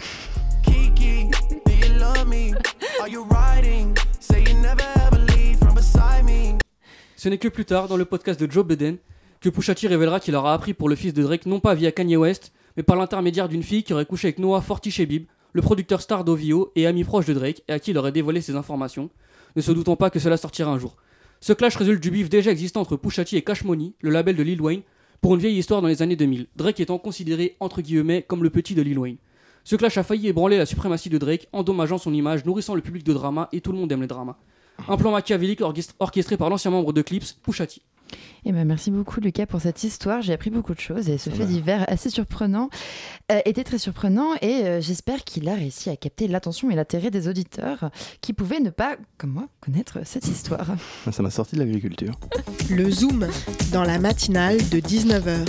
Kiki, do you love me? Are you riding? Say you never ever leave from beside me. Ce n'est que plus tard, dans le podcast de Joe Budden, que Pusha T révélera qu'il aura appris pour le fils de Drake non pas via Kanye West, mais par l'intermédiaire d'une fille qui aurait couché avec Noah Forti-Shebib, le producteur star d'OVO et ami proche de Drake, et à qui il aurait dévoilé ces informations, ne se doutant pas que cela sortira un jour. Ce clash résulte du bif déjà existant entre Pusha T et Cash Money, le label de Lil Wayne, pour une vieille histoire dans les années 2000, Drake étant considéré entre guillemets comme le petit de Lil Wayne. Ce clash a failli ébranler la suprématie de Drake, endommageant son image, nourrissant le public de drama, et tout le monde aime les dramas. Un plan machiavélique orchestré par l'ancien membre de Clips, Pusha T. Eh ben, merci beaucoup Lucas pour cette histoire, j'ai appris beaucoup de choses et ce fait divers assez surprenant était très surprenant et j'espère qu'il a réussi à capter l'attention et l'intérêt des auditeurs qui pouvaient ne pas, comme moi, connaître cette histoire. Ça m'a sorti de l'agriculture. Le Zoom, dans la matinale de 19h.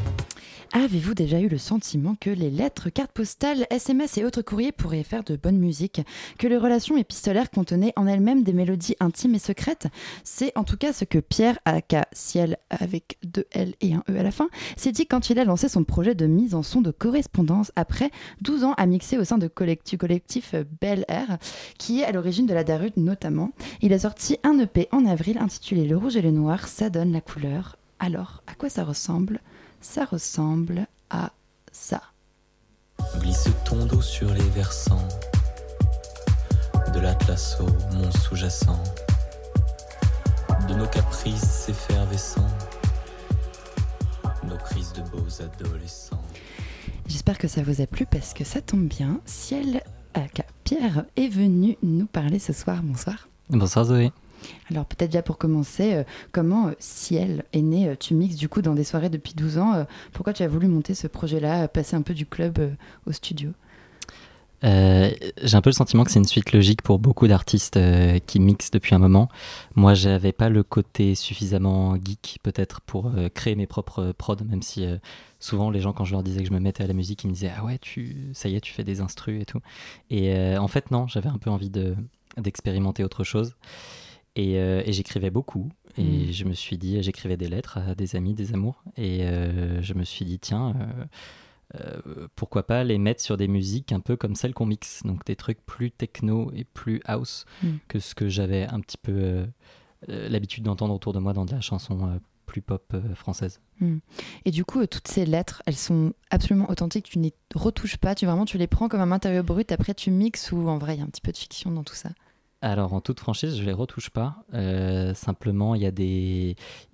Avez-vous déjà eu le sentiment que les lettres, cartes postales, SMS et autres courriers pourraient faire de bonne musique, que les relations épistolaires contenaient en elles-mêmes des mélodies intimes et secrètes? C'est en tout cas ce que Pierre, aka Ciel avec 2 L et un E à la fin, s'est dit quand il a lancé son projet de mise en son de correspondance après 12 ans à mixer au sein du collectif Bel Air, qui est à l'origine de la Darude notamment. Il a sorti un EP en avril intitulé Le Rouge et le Noir, ça donne la couleur. Alors, à quoi ça ressemble ? Ça ressemble à ça. Glisse ton dos sur les versants de de l'Atlas au monde sous-jacent, de nos caprices effervescents, nos crises de beaux adolescents. J'espère que ça vous a plu parce que ça tombe bien. Ciel aka Pierre est venu nous parler ce soir. Bonsoir. Bonsoir Zoé. Alors peut-être déjà pour commencer, comment Ciel est né? Tu mixes du coup dans des soirées depuis 12 ans. Pourquoi tu as voulu monter ce projet-là, passer un peu du club au studio? J'ai un peu le sentiment que c'est une suite logique pour beaucoup d'artistes qui mixent depuis un moment. Moi, j'avais pas le côté suffisamment geek peut-être pour créer mes propres prods, même si souvent les gens, quand je leur disais que je me mettais à la musique, ils me disaient « Ah ouais, ça y est, tu fais des instrus et tout ». Et en fait, non, j'avais un peu envie d'expérimenter autre chose. Et j'écrivais beaucoup. Et je me suis dit, j'écrivais des lettres à des amis, des amours. Et je me suis dit, tiens... pourquoi pas les mettre sur des musiques un peu comme celles qu'on mixe, donc des trucs plus techno et plus house que ce que j'avais un petit peu l'habitude d'entendre autour de moi dans de la chanson plus pop française. Et du coup, toutes ces lettres, elles sont absolument authentiques, tu ne les retouches pas, tu les prends comme un matériau brut, après tu mixes, ou en vrai il y a un petit peu de fiction dans tout ça? Alors, en toute franchise, je les retouche pas. Simplement, il y a des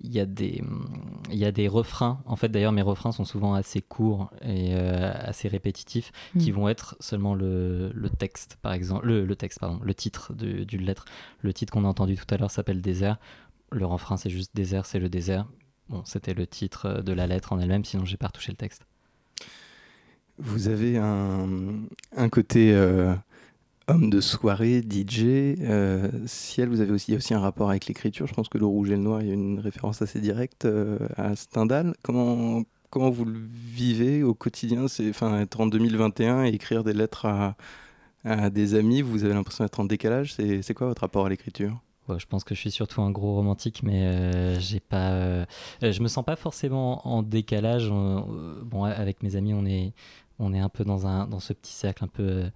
refrains. En fait, d'ailleurs, mes refrains sont souvent assez courts et assez répétitifs, qui vont être seulement le texte, par exemple. Le titre d'une lettre. Le titre qu'on a entendu tout à l'heure s'appelle Désert. Le refrain, c'est juste Désert, c'est le désert. Bon, c'était le titre de la lettre en elle-même, sinon j'ai pas retouché le texte. Vous avez un côté... homme de soirée, DJ, Ciel, il y a aussi un rapport avec l'écriture. Je pense que Le Rouge et le Noir, il y a une référence assez directe à Stendhal. Comment vous le vivez au quotidien? Être en 2021 et écrire des lettres à des amis, vous avez l'impression d'être en décalage. C'est quoi votre rapport à l'écriture? Je pense que je suis surtout un gros romantique, mais je me sens pas forcément en décalage. Avec mes amis, on est un peu dans ce petit cercle un peu...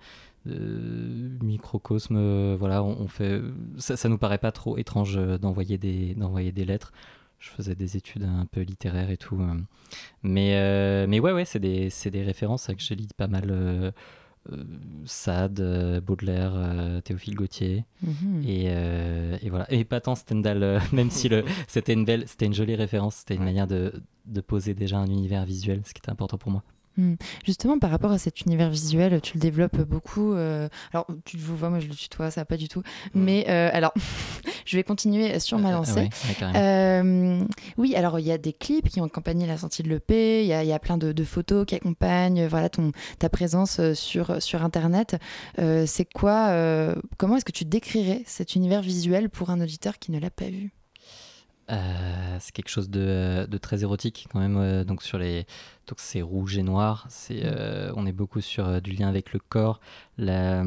microcosme, voilà, on fait ça nous paraît pas trop étrange d'envoyer des lettres. Je faisais des études un peu littéraires et tout, mais ouais, c'est des références que je lis pas mal. Sade, Baudelaire, Théophile Gautier, et voilà, et pas tant Stendhal, même si c'était une jolie référence, c'était une manière de poser déjà un univers visuel, ce qui était important pour moi. Justement, par rapport à cet univers visuel, tu le développes beaucoup. Alors, tu le vois, moi je le tutoie, ça va pas du tout. Mais alors, je vais continuer sur ma lancée. Oui, alors il y a des clips qui ont accompagné la sortie de l'EP, il y a plein de photos qui accompagnent ta présence sur Internet. C'est quoi comment est-ce que tu décrirais cet univers visuel pour un auditeur qui ne l'a pas vu? C'est quelque chose de très érotique quand même, donc c'est rouge et noir, on est beaucoup sur du lien avec le corps. La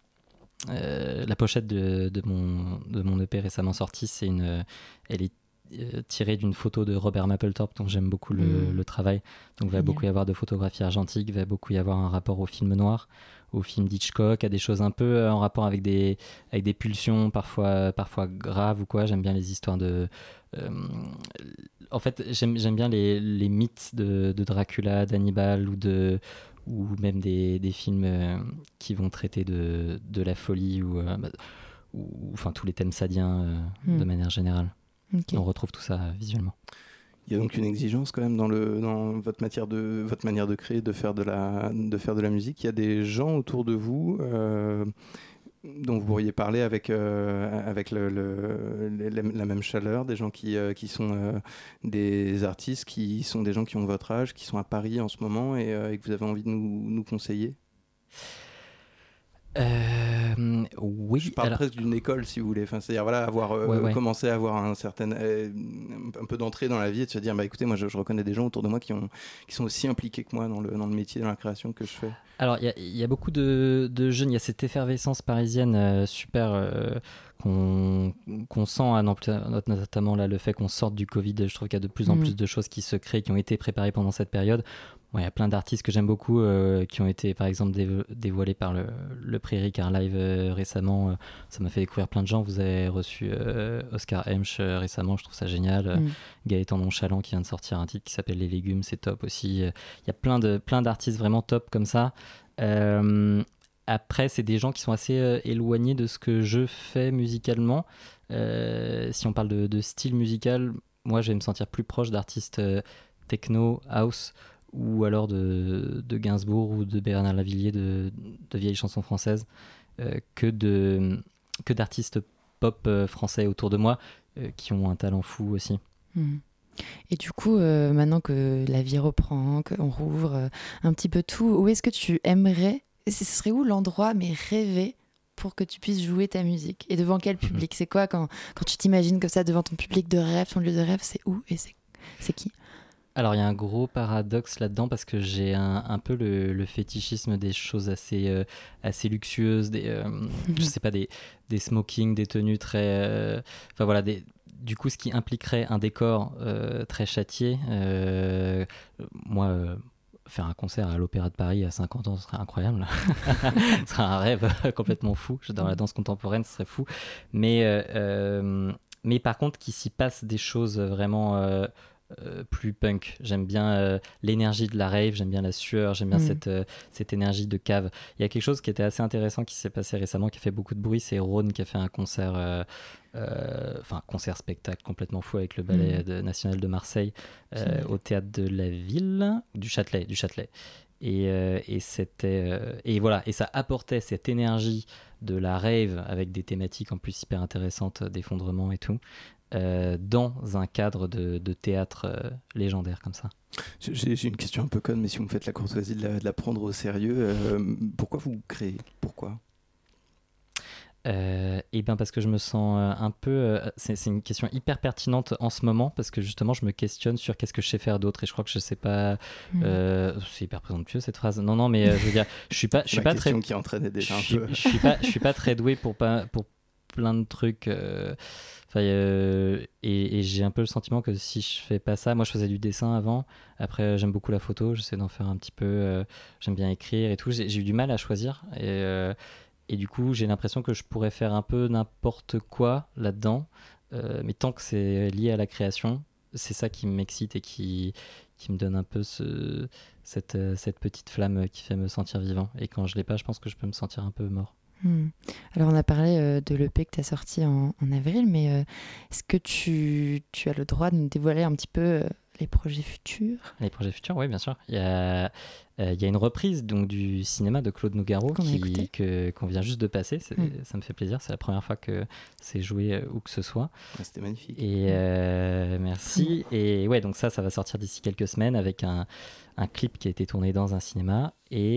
pochette de mon EP récemment sorti, elle est tirée d'une photo de Robert Mapplethorpe, dont j'aime beaucoup le travail, donc il va beaucoup y avoir de photographie argentique, il va beaucoup y avoir un rapport au film noir, au film d'Hitchcock, à des choses un peu en rapport avec des pulsions parfois graves ou quoi. J'aime bien les histoires en fait, j'aime bien les mythes de Dracula, d'Hannibal ou même des films qui vont traiter de la folie ou tous les thèmes sadiens de manière générale. Okay. On retrouve tout ça visuellement. Il y a donc une exigence quand même dans votre manière de créer, de faire de la musique. Il y a des gens autour de vous dont vous pourriez parler avec la même chaleur, des gens qui sont des artistes, qui sont des gens qui ont votre âge, qui sont à Paris en ce moment et que vous avez envie de nous conseiller. Oui. Je parle presque d'une école, si vous voulez. C'est-à-dire commencer à avoir un peu d'entrée dans la vie et de se dire écoutez, moi je reconnais des gens autour de moi qui sont aussi impliqués que moi dans le métier, dans la création que je fais. Alors il y a beaucoup de jeunes, il y a cette effervescence parisienne super qu'on sent, notamment là, le fait qu'on sorte du Covid. Je trouve qu'il y a de plus en plus de choses qui se créent, qui ont été préparées pendant cette période. Il y a plein d'artistes que j'aime beaucoup qui ont été par exemple dévoilés par le prix Ricard Live récemment. Ça m'a fait découvrir plein de gens. Vous avez reçu Oscar Hemsch récemment, je trouve ça génial. Gaëtan Nonchalant qui vient de sortir un titre qui s'appelle Les Légumes, c'est top aussi. Il y a plein d'artistes vraiment top comme ça. après, c'est des gens qui sont assez éloignés de ce que je fais musicalement. Si on parle de style musical, moi, je vais me sentir plus proche d'artistes techno, house, ou alors de Gainsbourg ou de Bernard Lavilliers, de vieilles chansons françaises, que d'artistes pop français autour de moi, qui ont un talent fou aussi. Et du coup, maintenant que la vie reprend, qu'on rouvre un petit peu tout, où est-ce que tu aimerais, ce serait où l'endroit, mais rêvé, pour que tu puisses jouer ta musique? Et devant quel public? C'est quoi quand tu t'imagines comme ça devant ton public de rêve, ton lieu de rêve, c'est où et c'est qui? Alors il y a un gros paradoxe là-dedans parce que j'ai un peu le fétichisme des choses assez luxueuses, je sais pas, des smokings, des tenues très... Enfin voilà, du coup ce qui impliquerait un décor très châtié. Moi... faire un concert à l'Opéra de Paris à 50 ans, ce serait incroyable. Ce serait un rêve complètement fou. Dans la danse contemporaine, ce serait fou. Mais par contre, qu'il s'y passe des choses vraiment plus punk. J'aime bien l'énergie de la rave, j'aime bien la sueur, j'aime bien cette énergie de cave. Il y a quelque chose qui était assez intéressant qui s'est passé récemment, qui a fait beaucoup de bruit, c'est Rhône qui a fait un concert... concert-spectacle complètement fou avec le Ballet national de Marseille au théâtre de la ville, du Châtelet. Et c'était et voilà, et ça apportait cette énergie de la rave avec des thématiques en plus hyper intéressantes d'effondrement et tout, dans un cadre de théâtre légendaire comme ça. J'ai une question un peu conne, mais si vous me faites la courtoisie de la prendre au sérieux, pourquoi vous créez? Pourquoi? Et bien parce que je me sens un peu... c'est une question hyper pertinente en ce moment parce que justement je me questionne sur qu'est-ce que je sais faire d'autre et je crois que je sais pas... c'est hyper présomptueux cette phrase. Non, mais je veux dire, je suis pas très... qui entraînait déjà un peu. Je suis pas très doué pour plein de trucs. Et j'ai un peu le sentiment que si je fais pas ça... Moi je faisais du dessin avant, après j'aime beaucoup la photo, j'essaie d'en faire un petit peu, j'aime bien écrire et tout. J'ai eu du mal à choisir et du coup, j'ai l'impression que je pourrais faire un peu n'importe quoi là-dedans. Mais tant que c'est lié à la création, c'est ça qui m'excite et qui me donne un peu cette petite flamme qui fait me sentir vivant. Et quand je l'ai pas, je pense que je peux me sentir un peu mort. Alors, on a parlé de l'EP que tu as sorti en avril, mais est-ce que tu as le droit de nous dévoiler un petit peu les projets futurs? Les projets futurs, oui, bien sûr. Il y a une reprise donc, du cinéma de Claude Nougaro qu'on vient juste de passer. Ça me fait plaisir. C'est la première fois que c'est joué où que ce soit. C'était magnifique. Et merci. Et ouais, donc ça va sortir d'ici quelques semaines avec un clip qui a été tourné dans un cinéma.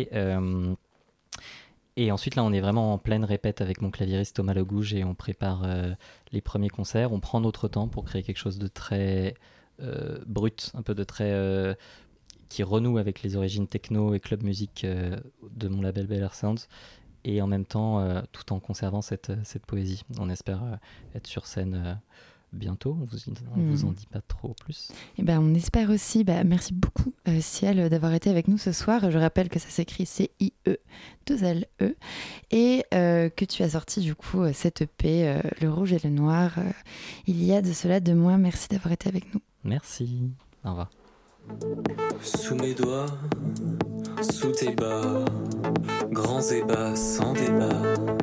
Et ensuite, là, on est vraiment en pleine répète avec mon claviériste Thomas Legouge et on prépare les premiers concerts. On prend notre temps pour créer quelque chose de très brut, un peu de très... qui renoue avec les origines techno et club musique de mon label Bel Air Sounds. Et en même temps, tout en conservant cette poésie. On espère être sur scène... bientôt, on vous en dit pas trop plus. Et ben on espère aussi. Merci beaucoup Ciel d'avoir été avec nous ce soir. Je rappelle que ça s'écrit CIE2LE et que tu as sorti du coup cette EP Le Rouge et le Noir il y a de cela 2 mois. Merci d'avoir été avec nous. Merci. Au revoir. Sous mes doigts, sous tes bas, grands et bas sans débat.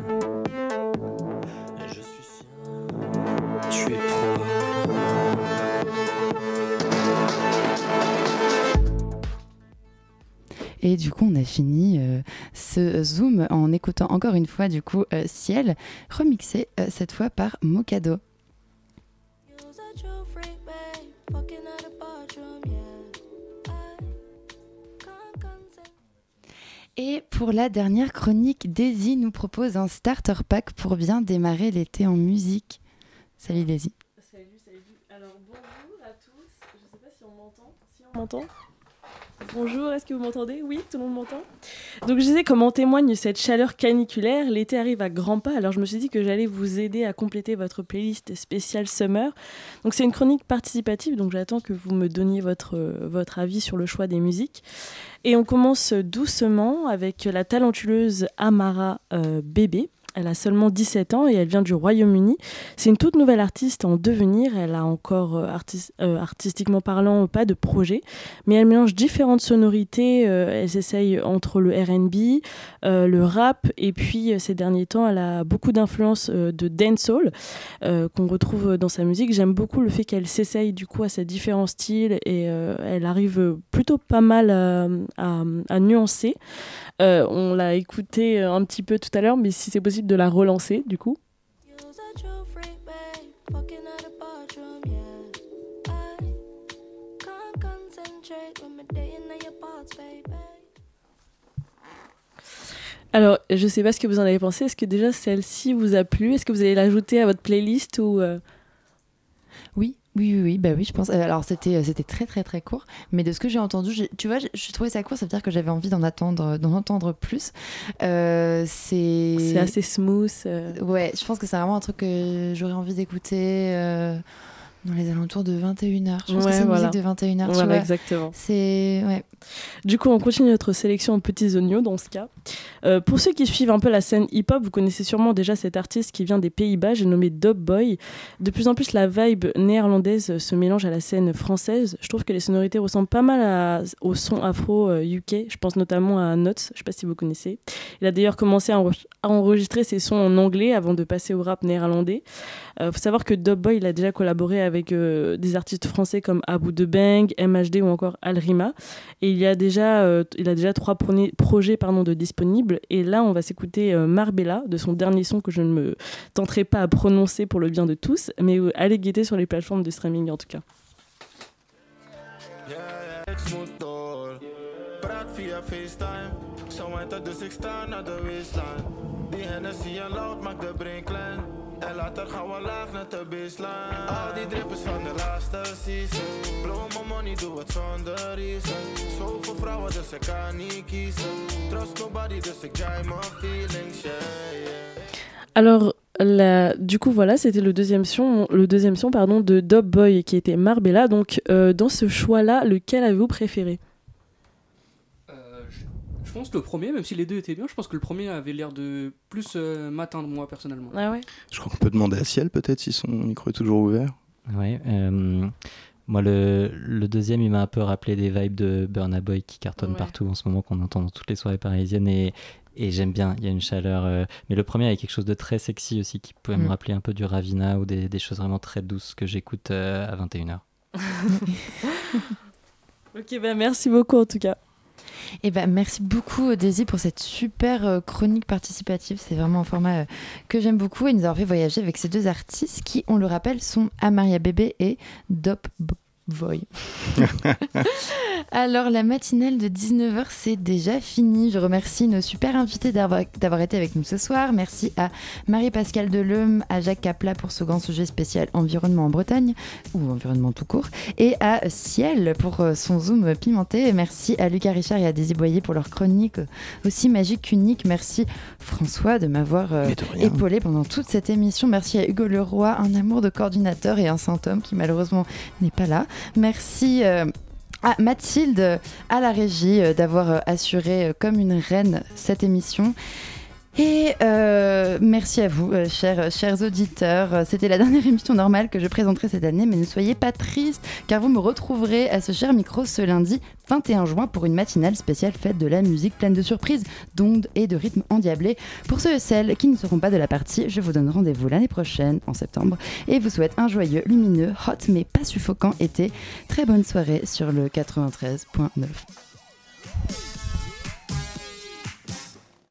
Tu es proie. Et du coup, on a fini ce Zoom en écoutant encore une fois du coup Ciel, remixé cette fois par Mokado. Et pour la dernière chronique, Daisy nous propose un starter pack pour bien démarrer l'été en musique. Salut Daisy. Salut. Alors bonjour à tous. Je ne sais pas si on m'entend. Si on m'entend. Bonjour, est-ce que vous m'entendez? Oui, tout le monde m'entend. Donc je disais, comme en témoigne cette chaleur caniculaire, l'été arrive à grands pas, alors je me suis dit que j'allais vous aider à compléter votre playlist spéciale Summer. Donc c'est une chronique participative, donc j'attends que vous me donniez votre avis sur le choix des musiques. Et on commence doucement avec la talentueuse Amara Bébé, Elle a seulement 17 ans et elle vient du Royaume-Uni. C'est une toute nouvelle artiste en devenir. Elle a encore, artistiquement parlant, pas de projet, mais elle mélange différentes sonorités. Elle s'essaye entre le R&B, le rap, et puis ces derniers temps, elle a beaucoup d'influence de dancehall qu'on retrouve dans sa musique. J'aime beaucoup le fait qu'elle s'essaye du coup à ces différents styles et elle arrive plutôt pas mal à nuancer. On l'a écouté un petit peu tout à l'heure, mais si c'est possible de la relancer du coup. Alors, je sais pas ce que vous en avez pensé. Est-ce que déjà celle-ci vous a plu ? Est-ce que vous allez l'ajouter à votre playlist ou Oui, bah oui, je pense. Alors c'était très très très court, mais de ce que j'ai entendu, tu vois, je trouvais ça court, ça veut dire que j'avais envie d'en entendre plus. C'est assez smooth. Ouais, je pense que c'est vraiment un truc que j'aurais envie d'écouter dans les alentours de 21h. Je pense que c'est une musique de 21h. Voilà, tu vois. Exactement. C'est... Ouais. Du coup, on continue notre sélection en petits oignons dans ce cas. Pour ceux qui suivent un peu la scène hip-hop, vous connaissez sûrement déjà cet artiste qui vient des Pays-Bas, j'ai nommé Dub Boy. De plus en plus, la vibe néerlandaise se mélange à la scène française. Je trouve que les sonorités ressemblent pas mal au son afro UK. Je pense notamment à Notes, je sais pas si vous connaissez. Il a d'ailleurs commencé à enregistrer ses sons en anglais avant de passer au rap néerlandais. Faut savoir que Dub Boy, il a déjà collaboré avec des artistes français comme Abou de Bang, MHD ou encore Alrima. Et il a déjà 3 projets de disponibles. Et là, on va s'écouter Marbella, de son dernier son que je ne me tenterai pas à prononcer pour le bien de tous, mais allez guetter sur les plateformes de streaming en tout cas. En later gaan we laag naar de baseline. Al die drippers van de laatste season. Blow my money, doe het zonder reason. Zoveel vrouwen, dus ik kan niet kiezen. Trust nobody, dus ik drive my feelings, yeah. Alors, du coup, voilà, c'était le deuxième son de Dub Boy qui était Marbella. Donc, dans ce choix-là, lequel avez-vous préféré ? Je pense le premier, même si les deux étaient bien, je pense que le premier avait l'air de plus m'atteindre moi personnellement. Ah ouais. Je crois qu'on peut demander à Ciel peut-être si son micro est toujours ouvert. Ouais, moi le deuxième il m'a un peu rappelé des vibes de Burna Boy qui cartonnent partout en ce moment, qu'on entend dans toutes les soirées parisiennes et j'aime bien, il y a une chaleur. Mais le premier avait quelque chose de très sexy aussi qui pouvait me rappeler un peu du Ravina ou des choses vraiment très douces que j'écoute à 21h. Ok, bah merci beaucoup en tout cas. Et merci beaucoup Daisy pour cette super chronique participative. C'est vraiment un format que j'aime beaucoup et nous avons fait voyager avec ces deux artistes qui, on le rappelle, sont Amaria Bébé et Dub Boy. Alors la matinale de 19h c'est déjà fini. Je remercie nos super invités d'avoir été avec nous ce soir. Merci à Marie-Pascale Deleume, à Jacques Capla pour ce grand sujet spécial environnement en Bretagne ou environnement tout court, et à Ciel pour son zoom pimenté. Merci à Lucas Richard et à Daisy Boyer pour leur chronique aussi magique qu'unique. Merci François de m'avoir épaulé pendant toute cette émission. Merci à Hugo Leroy, un amour de coordinateur et un saint homme qui malheureusement n'est pas là. Merci à Mathilde à la régie d'avoir assuré comme une reine cette émission. Et merci à vous, chers auditeurs. C'était la dernière émission normale que je présenterai cette année, mais ne soyez pas tristes, car vous me retrouverez à ce cher micro ce lundi 21 juin pour une matinale spéciale fête de la musique, pleine de surprises, d'ondes et de rythmes endiablés. Pour ceux et celles qui ne seront pas de la partie, je vous donne rendez-vous l'année prochaine, en septembre, et vous souhaite un joyeux, lumineux, hot mais pas suffocant été. Très bonne soirée sur le 93.9.